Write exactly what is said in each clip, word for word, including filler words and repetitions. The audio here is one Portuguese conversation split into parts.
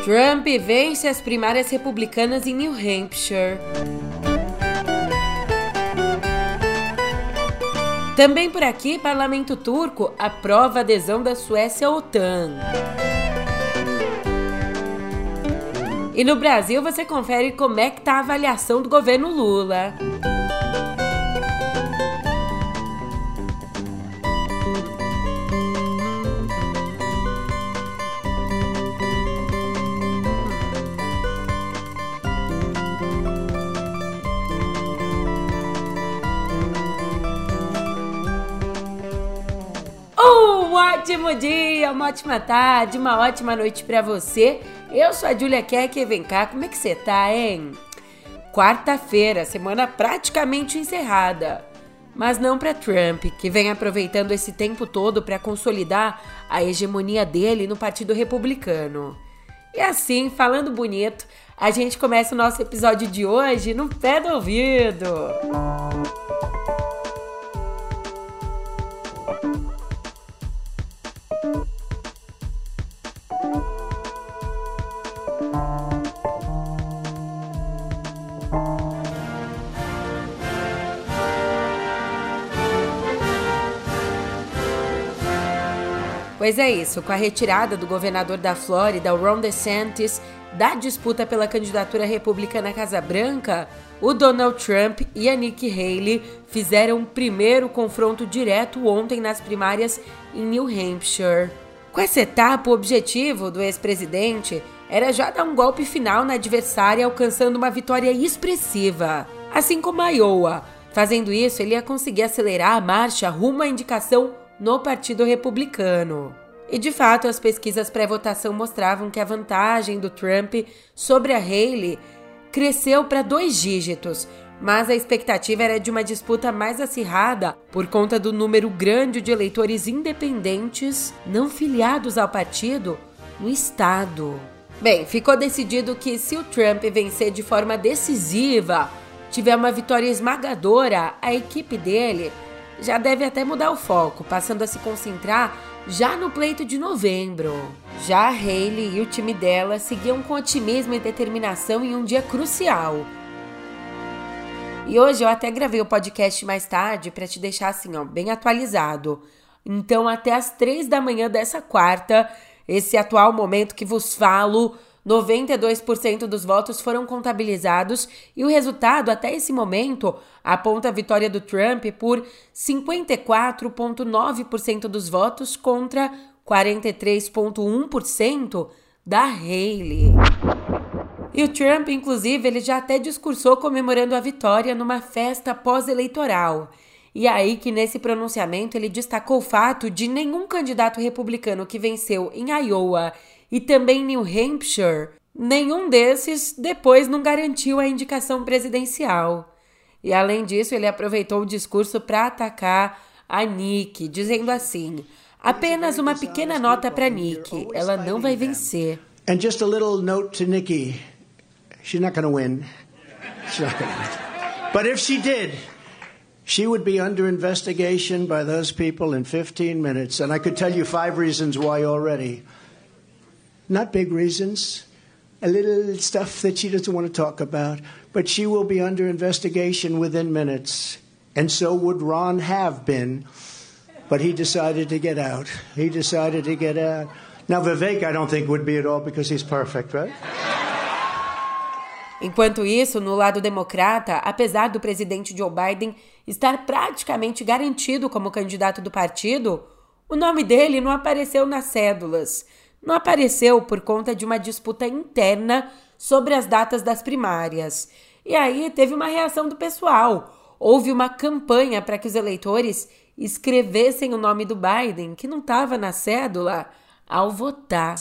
Trump vence as primárias republicanas em New Hampshire. Também por aqui, parlamento turco aprova a adesão da Suécia à OTAN. E no Brasil você confere como é que tá a avaliação do governo Lula. Um ótimo dia, uma ótima tarde, uma ótima noite pra você. Eu sou a Julia Keck e vem cá, como é que você tá, hein? Quarta-feira, semana praticamente encerrada. Mas não pra Trump, que vem aproveitando esse tempo todo pra consolidar a hegemonia dele no Partido Republicano. E assim, falando bonito, a gente começa o nosso episódio de hoje no pé do ouvido. Pois é isso, com a retirada do governador da Flórida, Ron DeSantis, da disputa pela candidatura republicana à Casa Branca, o Donald Trump e a Nikki Haley fizeram o primeiro confronto direto ontem nas primárias em New Hampshire. Com essa etapa, o objetivo do ex-presidente era já dar um golpe final na adversária, alcançando uma vitória expressiva, assim como a Iowa. Fazendo isso, ele ia conseguir acelerar a marcha rumo à indicação no Partido Republicano. E de fato, as pesquisas pré-votação mostravam que a vantagem do Trump sobre a Haley cresceu para dois dígitos, mas a expectativa era de uma disputa mais acirrada por conta do número grande de eleitores independentes não filiados ao partido no estado. Bem, ficou decidido que se o Trump vencer de forma decisiva, tiver uma vitória esmagadora, a equipe dele já deve até mudar o foco, passando a se concentrar já no pleito de novembro. Já a Haley e o time dela seguiam com otimismo e determinação em um dia crucial. E hoje eu até gravei o podcast mais tarde para te deixar assim, ó, bem atualizado. Então até às três da manhã dessa quarta, esse atual momento que vos falo, noventa e dois por cento dos votos foram contabilizados e o resultado, até esse momento, aponta a vitória do Trump por cinquenta e quatro vírgula nove por cento dos votos contra quarenta e três vírgula um por cento da Haley. E o Trump, inclusive, ele já até discursou comemorando a vitória numa festa pós-eleitoral. E aí que nesse pronunciamento ele destacou o fato de nenhum candidato republicano que venceu em Iowa e também em New Hampshire, nenhum desses depois não garantiu a indicação presidencial. E além disso, ele aproveitou o discurso para atacar a Nikki, dizendo assim: apenas uma pequena nota para Nikki, ela não vai vencer. And just a little note to Nikki, she's not going to win. She's not going to win. But if she did, she would be under investigation by those people in fifteen minutes. And I could tell you five reasons why already. Not big reasons, a little stuff that she doesn't want to talk about, but she will be under investigation within minutes. And so would Ron have been, but he decided to get out. He decided to get out. Now Vivek I don't think would be at all because he's perfect, right? Enquanto isso, no lado democrata, apesar do presidente Joe Biden estar praticamente garantido como candidato do partido, o nome dele não apareceu nas cédulas. Não apareceu por conta de uma disputa interna sobre as datas das primárias. E aí teve uma reação do pessoal. Houve uma campanha para que os eleitores escrevessem o nome do Biden, que não estava na cédula, ao votar.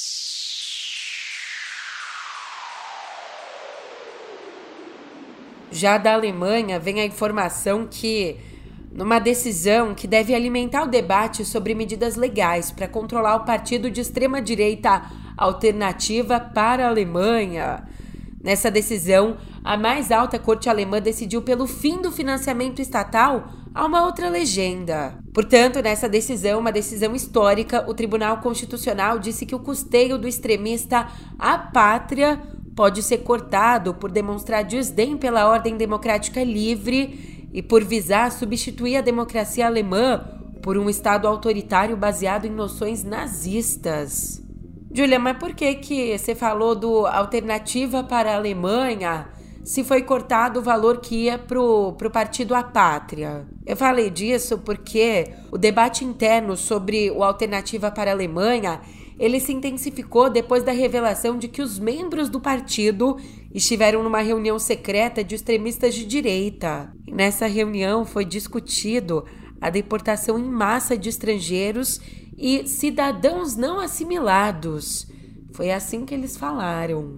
Já da Alemanha vem a informação que, numa decisão que deve alimentar o debate sobre medidas legais para controlar o partido de extrema-direita Alternativa para a Alemanha. Nessa decisão, a mais alta corte alemã decidiu pelo fim do financiamento estatal há uma outra legenda. Portanto, nessa decisão, uma decisão histórica, o Tribunal Constitucional disse que o custeio do extremista à pátria pode ser cortado por demonstrar desdém pela ordem democrática livre e por visar substituir a democracia alemã por um Estado autoritário baseado em noções nazistas. Júlia, mas por que que você falou do Alternativa para a Alemanha se foi cortado o valor que ia pro, pro Partido à Pátria? Eu falei disso porque o debate interno sobre o Alternativa para a Alemanha, ele se intensificou depois da revelação de que os membros do partido estiveram numa reunião secreta de extremistas de direita. E nessa reunião foi discutido a deportação em massa de estrangeiros e cidadãos não assimilados. Foi assim que eles falaram.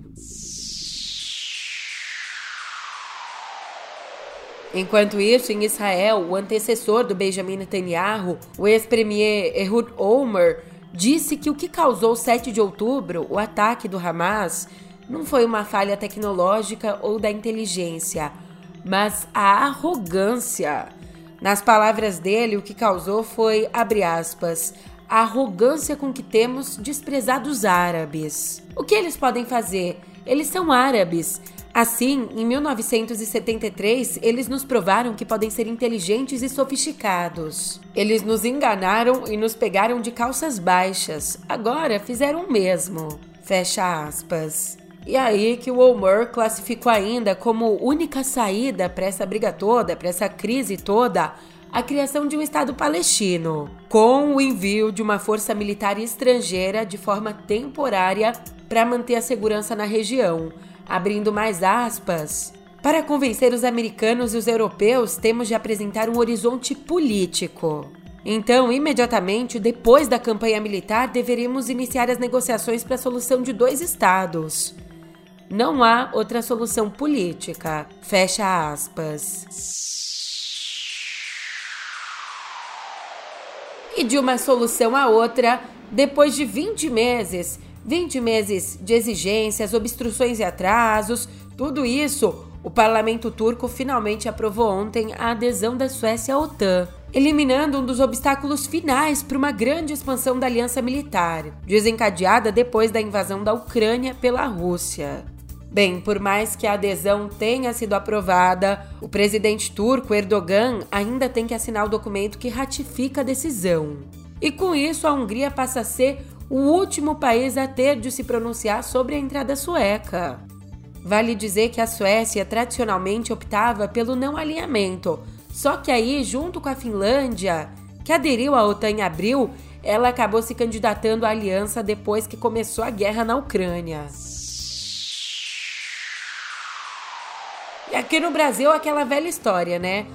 Enquanto isso, em Israel, o antecessor do Benjamin Netanyahu, o ex-premier Ehud Olmert, disse que o que causou o sete de outubro, o ataque do Hamas, não foi uma falha tecnológica ou da inteligência, mas a arrogância. Nas palavras dele, o que causou foi, abre aspas, a arrogância com que temos desprezado os árabes. O que eles podem fazer? Eles são árabes. Assim, em mil novecentos e setenta e três, eles nos provaram que podem ser inteligentes e sofisticados. Eles nos enganaram e nos pegaram de calças baixas. Agora fizeram o mesmo. Fecha aspas. E aí que o Olmert classificou ainda como única saída para essa briga toda, para essa crise toda, a criação de um Estado palestino, com o envio de uma força militar estrangeira de forma temporária para manter a segurança na região. Abrindo mais aspas, para convencer os americanos e os europeus, temos de apresentar um horizonte político. Então, imediatamente depois da campanha militar, deveríamos iniciar as negociações para a solução de dois estados. Não há outra solução política. Fecha aspas. E de uma solução a outra, depois de vinte meses... vinte meses de exigências, obstruções e atrasos, tudo isso, o parlamento turco finalmente aprovou ontem a adesão da Suécia à OTAN, eliminando um dos obstáculos finais para uma grande expansão da aliança militar, desencadeada depois da invasão da Ucrânia pela Rússia. Bem, por mais que a adesão tenha sido aprovada, o presidente turco Erdogan ainda tem que assinar o documento que ratifica a decisão. E com isso, a Hungria passa a ser o último país a ter de se pronunciar sobre a entrada sueca. Vale dizer que a Suécia tradicionalmente optava pelo não alinhamento, só que aí, junto com a Finlândia, que aderiu à OTAN em abril, ela acabou se candidatando à aliança depois que começou a guerra na Ucrânia. E aqui no Brasil, aquela velha história, né?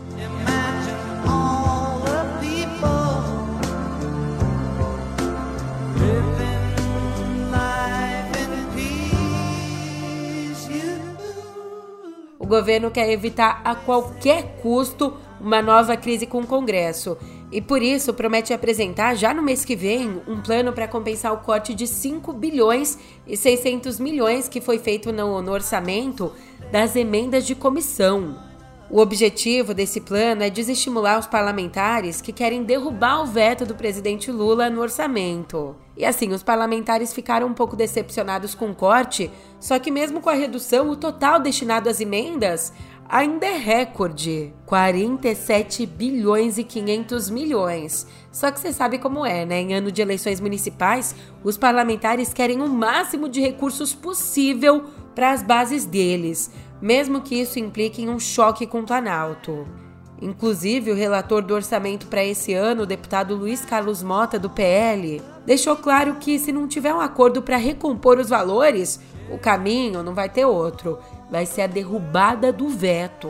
O governo quer evitar a qualquer custo uma nova crise com o Congresso e, por isso, promete apresentar já no mês que vem um plano para compensar o corte de cinco bilhões e seiscentos milhões que foi feito no, no orçamento das emendas de comissão. O objetivo desse plano é desestimular os parlamentares que querem derrubar o veto do presidente Lula no orçamento. E assim, os parlamentares ficaram um pouco decepcionados com o corte, só que mesmo com a redução, o total destinado às emendas ainda é recorde, quarenta e sete bilhões e quinhentos milhões. Só que você sabe como é, né? Em ano de eleições municipais, os parlamentares querem o máximo de recursos possível para as bases deles, mesmo que isso implique em um choque com o Planalto. Inclusive, o relator do orçamento para esse ano, o deputado Luiz Carlos Mota, do P L, deixou claro que se não tiver um acordo para recompor os valores, o caminho não vai ter outro, vai ser a derrubada do veto.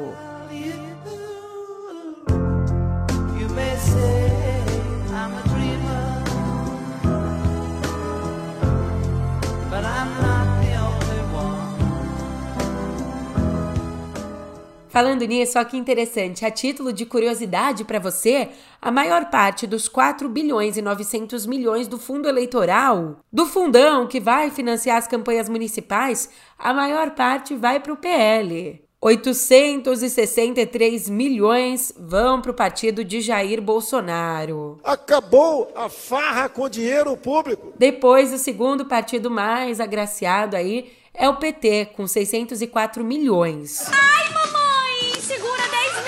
Falando nisso, olha que interessante, a título de curiosidade para você, a maior parte dos quatro bilhões e novecentos milhões do fundo eleitoral, do fundão que vai financiar as campanhas municipais, a maior parte vai para o P L. oitocentos e sessenta e três milhões vão para o partido de Jair Bolsonaro. Acabou a farra com dinheiro público. Depois, o segundo partido mais agraciado aí é o P T, com seiscentos e quatro milhões. Ai, mamãe, segura dez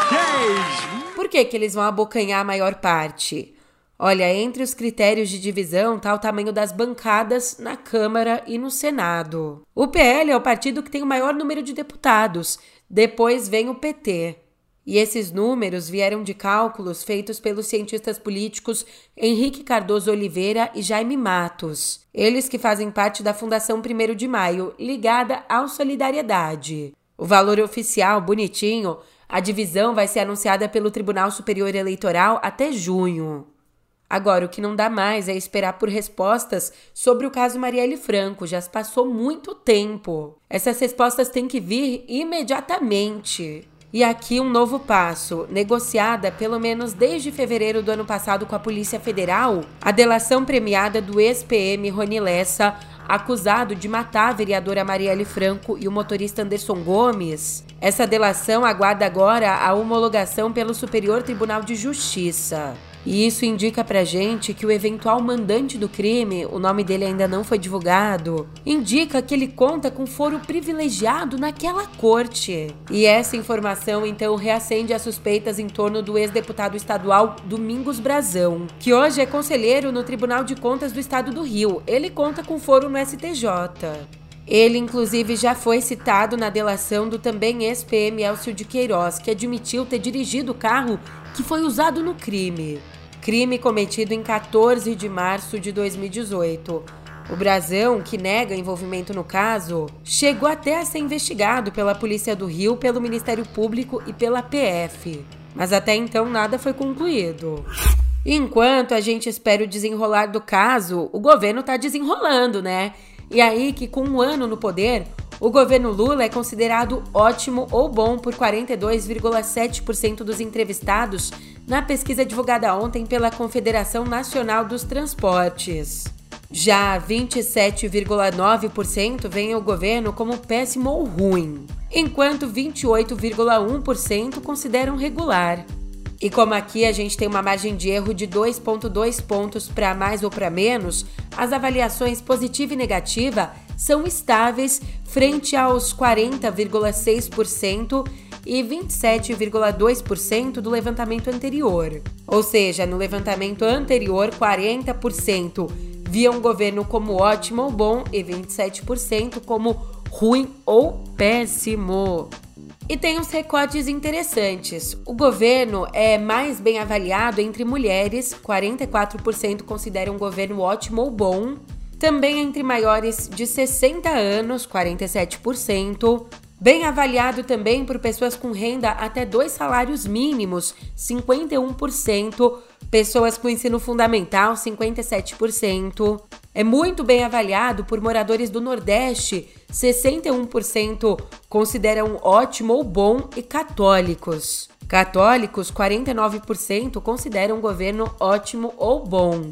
mil! Por que que eles vão abocanhar a maior parte? Olha, entre os critérios de divisão está o tamanho das bancadas na Câmara e no Senado. O P L é o partido que tem o maior número de deputados, depois vem o P T. E esses números vieram de cálculos feitos pelos cientistas políticos Henrique Cardoso Oliveira e Jaime Matos. Eles que fazem parte da Fundação primeiro de maio, ligada ao Solidariedade. O valor oficial, bonitinho, a divisão vai ser anunciada pelo Tribunal Superior Eleitoral até junho. Agora, o que não dá mais é esperar por respostas sobre o caso Marielle Franco. Já se passou muito tempo. Essas respostas têm que vir imediatamente. E aqui um novo passo. Negociada pelo menos desde fevereiro do ano passado com a Polícia Federal, a delação premiada do ex-P M Rony Lessa, acusado de matar a vereadora Marielle Franco e o motorista Anderson Gomes. Essa delação aguarda agora a homologação pelo Superior Tribunal de Justiça. E isso indica pra gente que o eventual mandante do crime, o nome dele ainda não foi divulgado, indica que ele conta com foro privilegiado naquela corte. E essa informação, então, reacende as suspeitas em torno do ex-deputado estadual Domingos Brazão, que hoje é conselheiro no Tribunal de Contas do Estado do Rio. Ele conta com foro no S T J. Ele, inclusive, já foi citado na delação do também ex-P M Elcio de Queiroz, que admitiu ter dirigido o carro que foi usado no crime. Crime cometido em quatorze de março de dois mil e dezoito. O Brazão, que nega envolvimento no caso, chegou até a ser investigado pela Polícia do Rio, pelo Ministério Público e pela P F. Mas até então nada foi concluído. Enquanto a gente espera o desenrolar do caso, o governo tá desenrolando, né? E aí que com um ano no poder, o governo Lula é considerado ótimo ou bom por quarenta e dois vírgula sete por cento dos entrevistados na pesquisa divulgada ontem pela Confederação Nacional dos Transportes. Já vinte e sete vírgula nove por cento veem o governo como péssimo ou ruim, enquanto vinte e oito vírgula um por cento consideram regular. E como aqui a gente tem uma margem de erro de dois vírgula dois pontos para mais ou para menos, as avaliações positiva e negativa são estáveis frente aos quarenta vírgula seis por cento e vinte e sete vírgula dois por cento do levantamento anterior. Ou seja, no levantamento anterior, quarenta por cento viam o governo como ótimo ou bom e vinte e sete por cento como ruim ou péssimo. E tem uns recortes interessantes. O governo é mais bem avaliado entre mulheres, quarenta e quatro por cento consideram o governo ótimo ou bom. Também entre maiores de sessenta anos, quarenta e sete por cento. Bem avaliado também por pessoas com renda até dois salários mínimos, cinquenta e um por cento. Pessoas com ensino fundamental, cinquenta e sete por cento. É muito bem avaliado por moradores do Nordeste, sessenta e um por cento consideram ótimo ou bom, e católicos. Católicos, quarenta e nove por cento consideram o governo ótimo ou bom.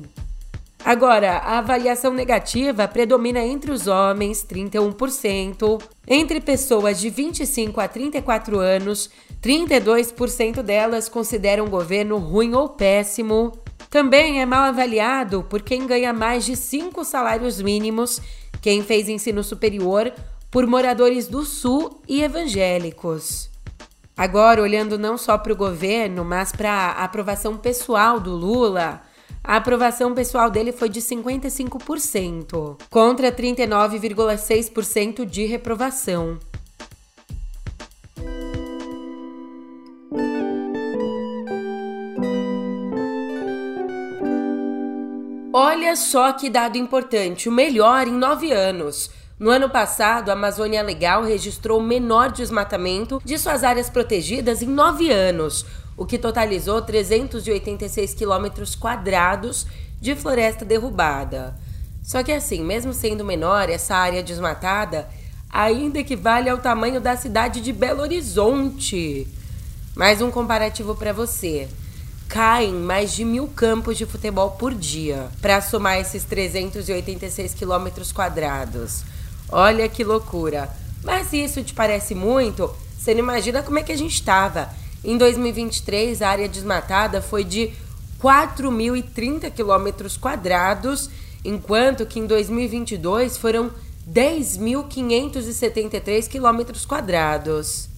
Agora, a avaliação negativa predomina entre os homens, trinta e um por cento. Entre pessoas de vinte e cinco a trinta e quatro anos, trinta e dois por cento delas consideram o governo ruim ou péssimo. Também é mal avaliado por quem ganha mais de cinco salários mínimos, quem fez ensino superior, por moradores do Sul e evangélicos. Agora, olhando não só para o governo, mas para a aprovação pessoal do Lula, a aprovação pessoal dele foi de cinquenta e cinco por cento, contra trinta e nove vírgula seis por cento de reprovação. Olha só que dado importante, o melhor em nove anos. No ano passado, a Amazônia Legal registrou o menor desmatamento de suas áreas protegidas em nove anos, o que totalizou trezentos e oitenta e seis quilômetros quadrados de floresta derrubada. Só que assim, mesmo sendo menor, essa área desmatada ainda equivale ao tamanho da cidade de Belo Horizonte. Mais um comparativo para você. Caem mais de mil campos de futebol por dia para somar esses trezentos e oitenta e seis quilômetros quadrados. Olha que loucura! Mas se isso te parece muito, Você não imagina como é que a gente estava. Em dois mil e vinte e três, a área desmatada foi de quatro mil e trinta quilômetros quadrados, enquanto que em dois mil e vinte e dois foram dez mil quinhentos e setenta e três quilômetros quadrados.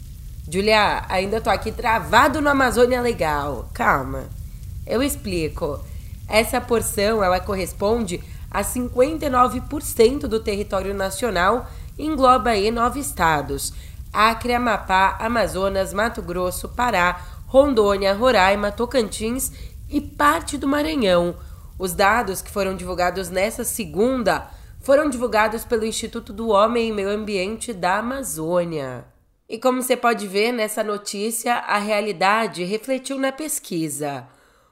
Julia, ainda tô aqui travado no Amazônia Legal. Calma, eu explico. Essa porção, ela corresponde a cinquenta e nove por cento do território nacional e engloba aí nove estados: Acre, Amapá, Amazonas, Mato Grosso, Pará, Rondônia, Roraima, Tocantins e parte do Maranhão. Os dados que foram divulgados nessa segunda foram divulgados pelo Instituto do Homem e Meio Ambiente da Amazônia. E como você pode ver nessa notícia, a realidade refletiu na pesquisa.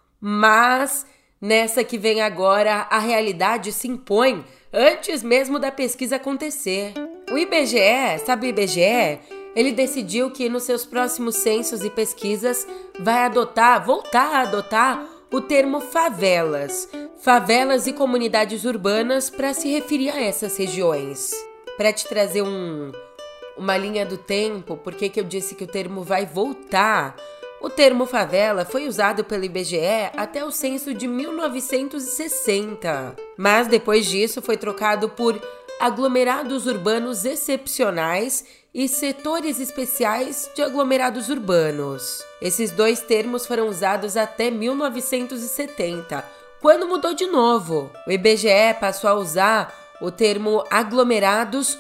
Mas nessa que vem agora, a realidade se impõe antes mesmo da pesquisa acontecer. O I B G E, sabe o I B G E? Ele decidiu que nos seus próximos censos e pesquisas vai adotar, voltar a adotar o termo favelas. Favelas e comunidades urbanas para se referir a essas regiões. Para te trazer um, uma linha do tempo, por que que eu disse que o termo vai voltar? O termo favela foi usado pelo I B G E até o censo de mil novecentos e sessenta, mas depois disso foi trocado por aglomerados urbanos excepcionais e setores especiais de aglomerados urbanos. Esses dois termos foram usados até mil novecentos e setenta, quando mudou de novo. O I B G E passou a usar o termo aglomerados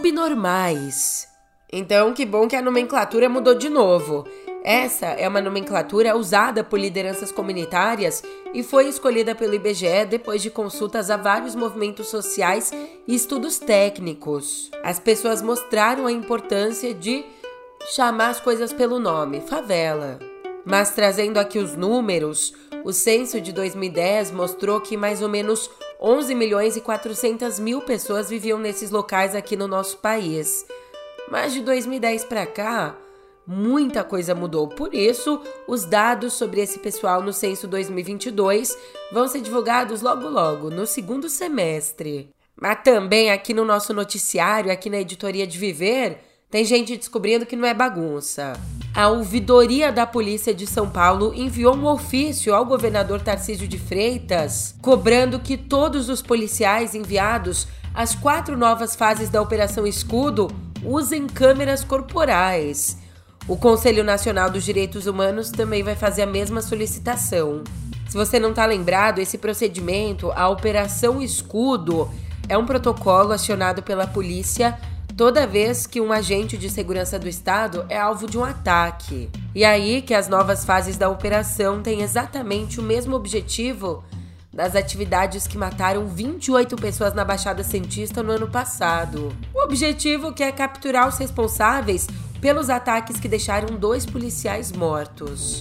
subnormais. Então, que bom que a nomenclatura mudou de novo. Essa é uma nomenclatura usada por lideranças comunitárias e foi escolhida pelo I B G E depois de consultas a vários movimentos sociais e estudos técnicos. As pessoas mostraram a importância de chamar as coisas pelo nome, favela. Mas trazendo aqui os números, o censo de dois mil e dez mostrou que mais ou menos onze milhões e quatrocentas mil pessoas viviam nesses locais aqui no nosso país. Mas de dois mil e dez para cá, muita coisa mudou. Por isso, os dados sobre esse pessoal no censo dois mil e vinte e dois vão ser divulgados logo logo, no segundo semestre. Mas também aqui no nosso noticiário, aqui na Editoria de Viver, tem gente descobrindo que não é bagunça. A ouvidoria da Polícia de São Paulo enviou um ofício ao governador Tarcísio de Freitas, cobrando que todos os policiais enviados às quatro novas fases da Operação Escudo usem câmeras corporais. O Conselho Nacional dos Direitos Humanos também vai fazer a mesma solicitação. Se você não está lembrado, esse procedimento, a Operação Escudo, é um protocolo acionado pela polícia toda vez que um agente de segurança do Estado é alvo de um ataque. E aí que as novas fases da operação têm exatamente o mesmo objetivo das atividades que mataram vinte e oito pessoas na Baixada Santista no ano passado. O objetivo que é capturar os responsáveis pelos ataques que deixaram dois policiais mortos.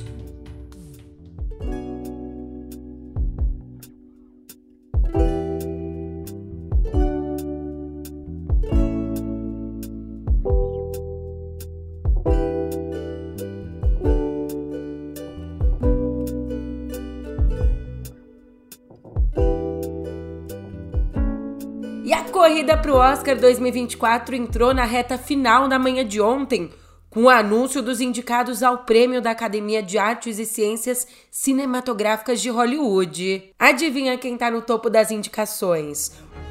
E a corrida para o Oscar dois mil e vinte e quatro entrou na reta final na manhã de ontem, com o anúncio dos indicados ao prêmio da Academia de Artes e Ciências Cinematográficas de Hollywood. Adivinha quem tá no topo das indicações?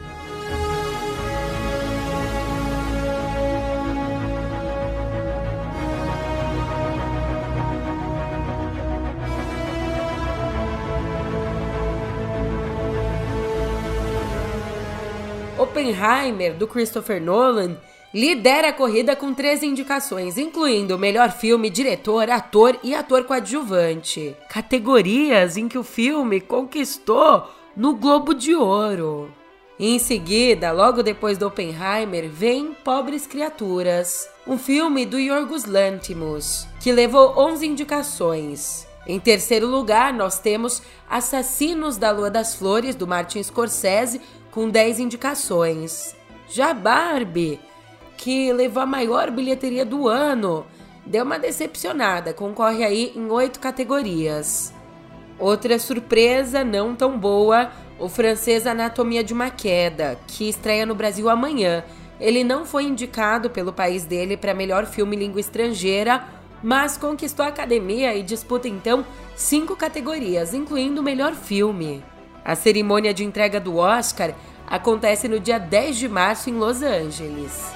Oppenheimer, do Christopher Nolan, lidera a corrida com três indicações, incluindo melhor filme, diretor, ator e ator coadjuvante. Categorias em que o filme conquistou no Globo de Ouro. Em seguida, logo depois do Oppenheimer, vem Pobres Criaturas, um filme do Yorgos Lanthimos, que levou onze indicações. Em terceiro lugar, nós temos Assassinos da Lua das Flores, do Martin Scorsese, com dez indicações. Já Barbie, que levou a maior bilheteria do ano, deu uma decepcionada, concorre aí em oito categorias. Outra surpresa não tão boa, o francês Anatomia de uma Queda, que estreia no Brasil amanhã, ele não foi indicado pelo país dele para melhor filme em língua estrangeira, mas conquistou a academia e disputa então cinco categorias, incluindo o melhor filme. A cerimônia de entrega do Oscar acontece no dia dez de março em Los Angeles.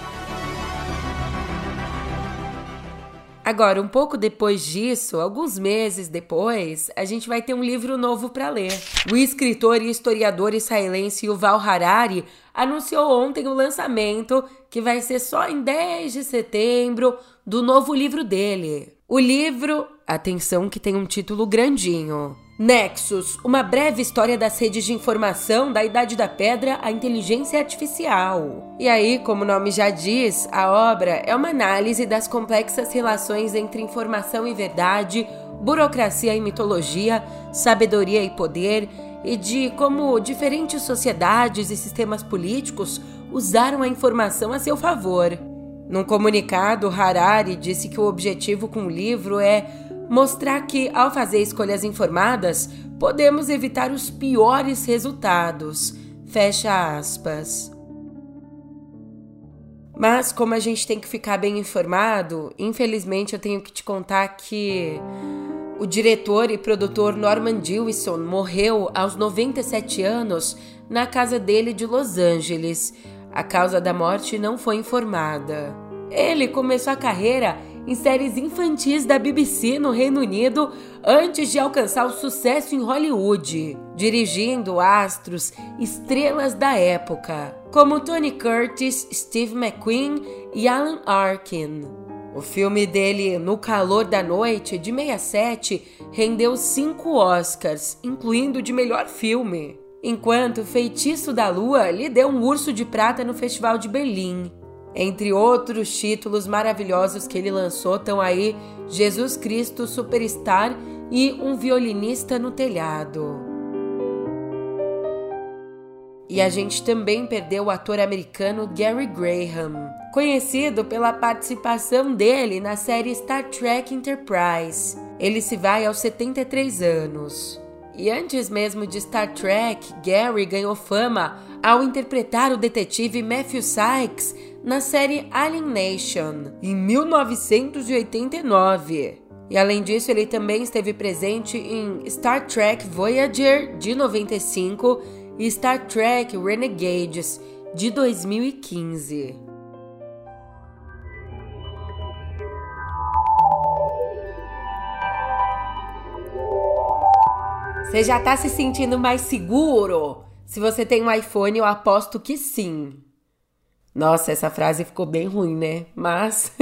Agora, um pouco depois disso, alguns meses depois, a gente vai ter um livro novo para ler. O escritor e historiador israelense Yuval Harari anunciou ontem o lançamento, que vai ser só em dez de setembro, do novo livro dele. O livro, atenção que tem um título grandinho: Nexus, uma breve história das redes de informação da Idade da Pedra à inteligência artificial. E aí, como o nome já diz, a obra é uma análise das complexas relações entre informação e verdade, burocracia e mitologia, sabedoria e poder, e de como diferentes sociedades e sistemas políticos usaram a informação a seu favor. Num comunicado, Harari disse que o objetivo com o livro é mostrar que, ao fazer escolhas informadas, podemos evitar os piores resultados. Fecha aspas. Mas, como a gente tem que ficar bem informado, infelizmente eu tenho que te contar que o diretor e produtor Norman Jewison morreu aos noventa e sete anos na casa dele de Los Angeles. A causa da morte não foi informada. Ele começou a carreira em séries infantis da B B C no Reino Unido antes de alcançar o sucesso em Hollywood, dirigindo astros, estrelas da época, como Tony Curtis, Steve McQueen e Alan Arkin. O filme dele, No Calor da Noite, de sessenta e sete, rendeu cinco Oscars, incluindo o de melhor filme, enquanto Feitiço da Lua lhe deu um Urso de Prata no Festival de Berlim. Entre outros títulos maravilhosos que ele lançou estão aí Jesus Cristo Superstar e Um Violinista no Telhado. E a gente também perdeu o ator americano Gary Graham, conhecido pela participação dele na série Star Trek Enterprise. Ele se vai aos setenta e três anos. E antes mesmo de Star Trek, Gary ganhou fama ao interpretar o detetive Matthew Sykes na série Alien Nation, em mil novecentos e oitenta e nove. E além disso, ele também esteve presente em Star Trek Voyager, de noventa e cinco, e Star Trek Renegades, de dois mil e quinze. Você já tá se sentindo mais seguro? Se você tem um iPhone, eu aposto que sim. Nossa, essa frase ficou bem ruim, né? Mas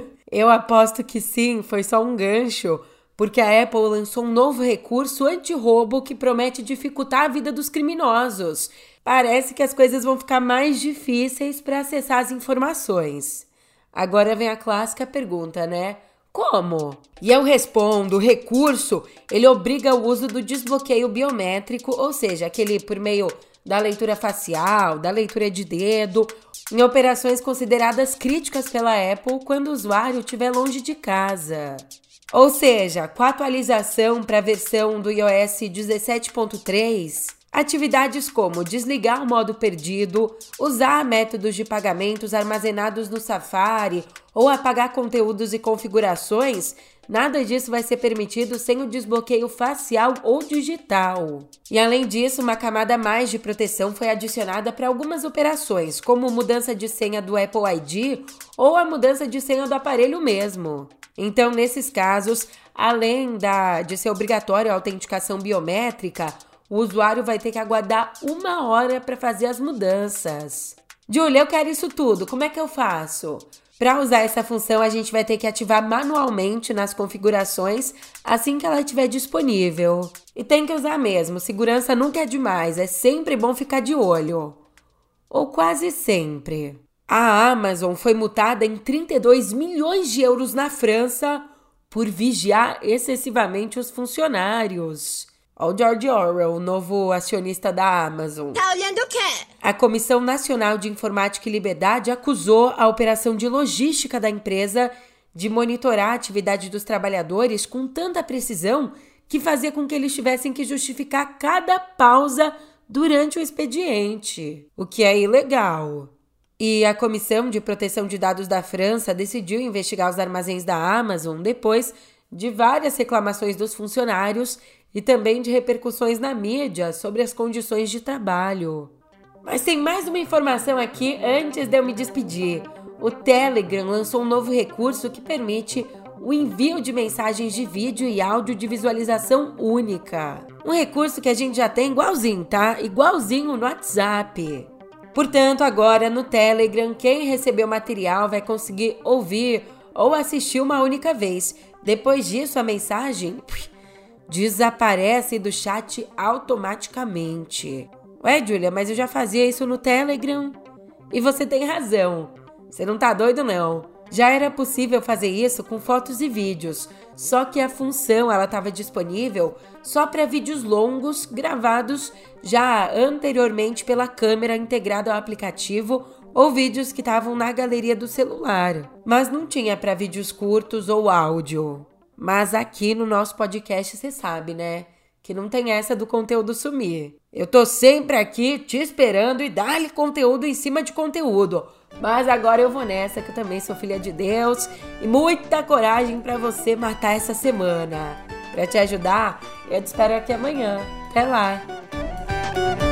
eu aposto que sim, foi só um gancho, porque a Apple lançou um novo recurso anti-roubo que promete dificultar a vida dos criminosos. Parece que as coisas vão ficar mais difíceis para acessar as informações. Agora vem a clássica pergunta, né? Como? E eu respondo, o recurso, ele obriga o uso do desbloqueio biométrico, ou seja, aquele por meio da leitura facial, da leitura de dedo, em operações consideradas críticas pela Apple quando o usuário estiver longe de casa. Ou seja, com a atualização para a versão do iOS dezessete ponto três, atividades como desligar o modo perdido, usar métodos de pagamentos armazenados no Safari ou apagar conteúdos e configurações, nada disso vai ser permitido sem o desbloqueio facial ou digital. E além disso, uma camada a mais de proteção foi adicionada para algumas operações, como mudança de senha do Apple I D ou a mudança de senha do aparelho mesmo. Então, nesses casos, além da, de ser obrigatório a autenticação biométrica, o usuário vai ter que aguardar uma hora para fazer as mudanças. Júlia, eu quero isso tudo, como é que eu faço? Para usar essa função, a gente vai ter que ativar manualmente nas configurações assim que ela estiver disponível. E tem que usar mesmo, segurança nunca é demais, é sempre bom ficar de olho. Ou quase sempre. A Amazon foi multada em trinta e dois milhões de euros na França por vigiar excessivamente os funcionários. Olha o George Orwell, o novo acionista da Amazon. Tá olhando o quê? A Comissão Nacional de Informática e Liberdade acusou a operação de logística da empresa de monitorar a atividade dos trabalhadores com tanta precisão que fazia com que eles tivessem que justificar cada pausa durante o expediente, o que é ilegal. E a Comissão de Proteção de Dados da França decidiu investigar os armazéns da Amazon depois de várias reclamações dos funcionários e também de repercussões na mídia sobre as condições de trabalho. Mas tem mais uma informação aqui antes de eu me despedir. O Telegram lançou um novo recurso que permite o envio de mensagens de vídeo e áudio de visualização única. Um recurso que a gente já tem igualzinho, tá? Igualzinho no WhatsApp. Portanto, agora no Telegram, quem recebeu o material vai conseguir ouvir ou assistir uma única vez. Depois disso, a mensagem pff, desaparece do chat automaticamente. Ué, Julia, mas eu já fazia isso no Telegram. E você tem razão. Você não tá doido, não. Já era possível fazer isso com fotos e vídeos, só que a função ela estava disponível só para vídeos longos gravados já anteriormente pela câmera integrada ao aplicativo ou vídeos que estavam na galeria do celular, mas não tinha para vídeos curtos ou áudio. Mas aqui no nosso podcast você sabe, né? Que não tem essa do conteúdo sumir. Eu tô sempre aqui te esperando e dá-lhe conteúdo em cima de conteúdo. Mas agora eu vou nessa, que eu também sou filha de Deus e muita coragem pra você matar essa semana. Pra te ajudar, eu te espero aqui amanhã. Até lá!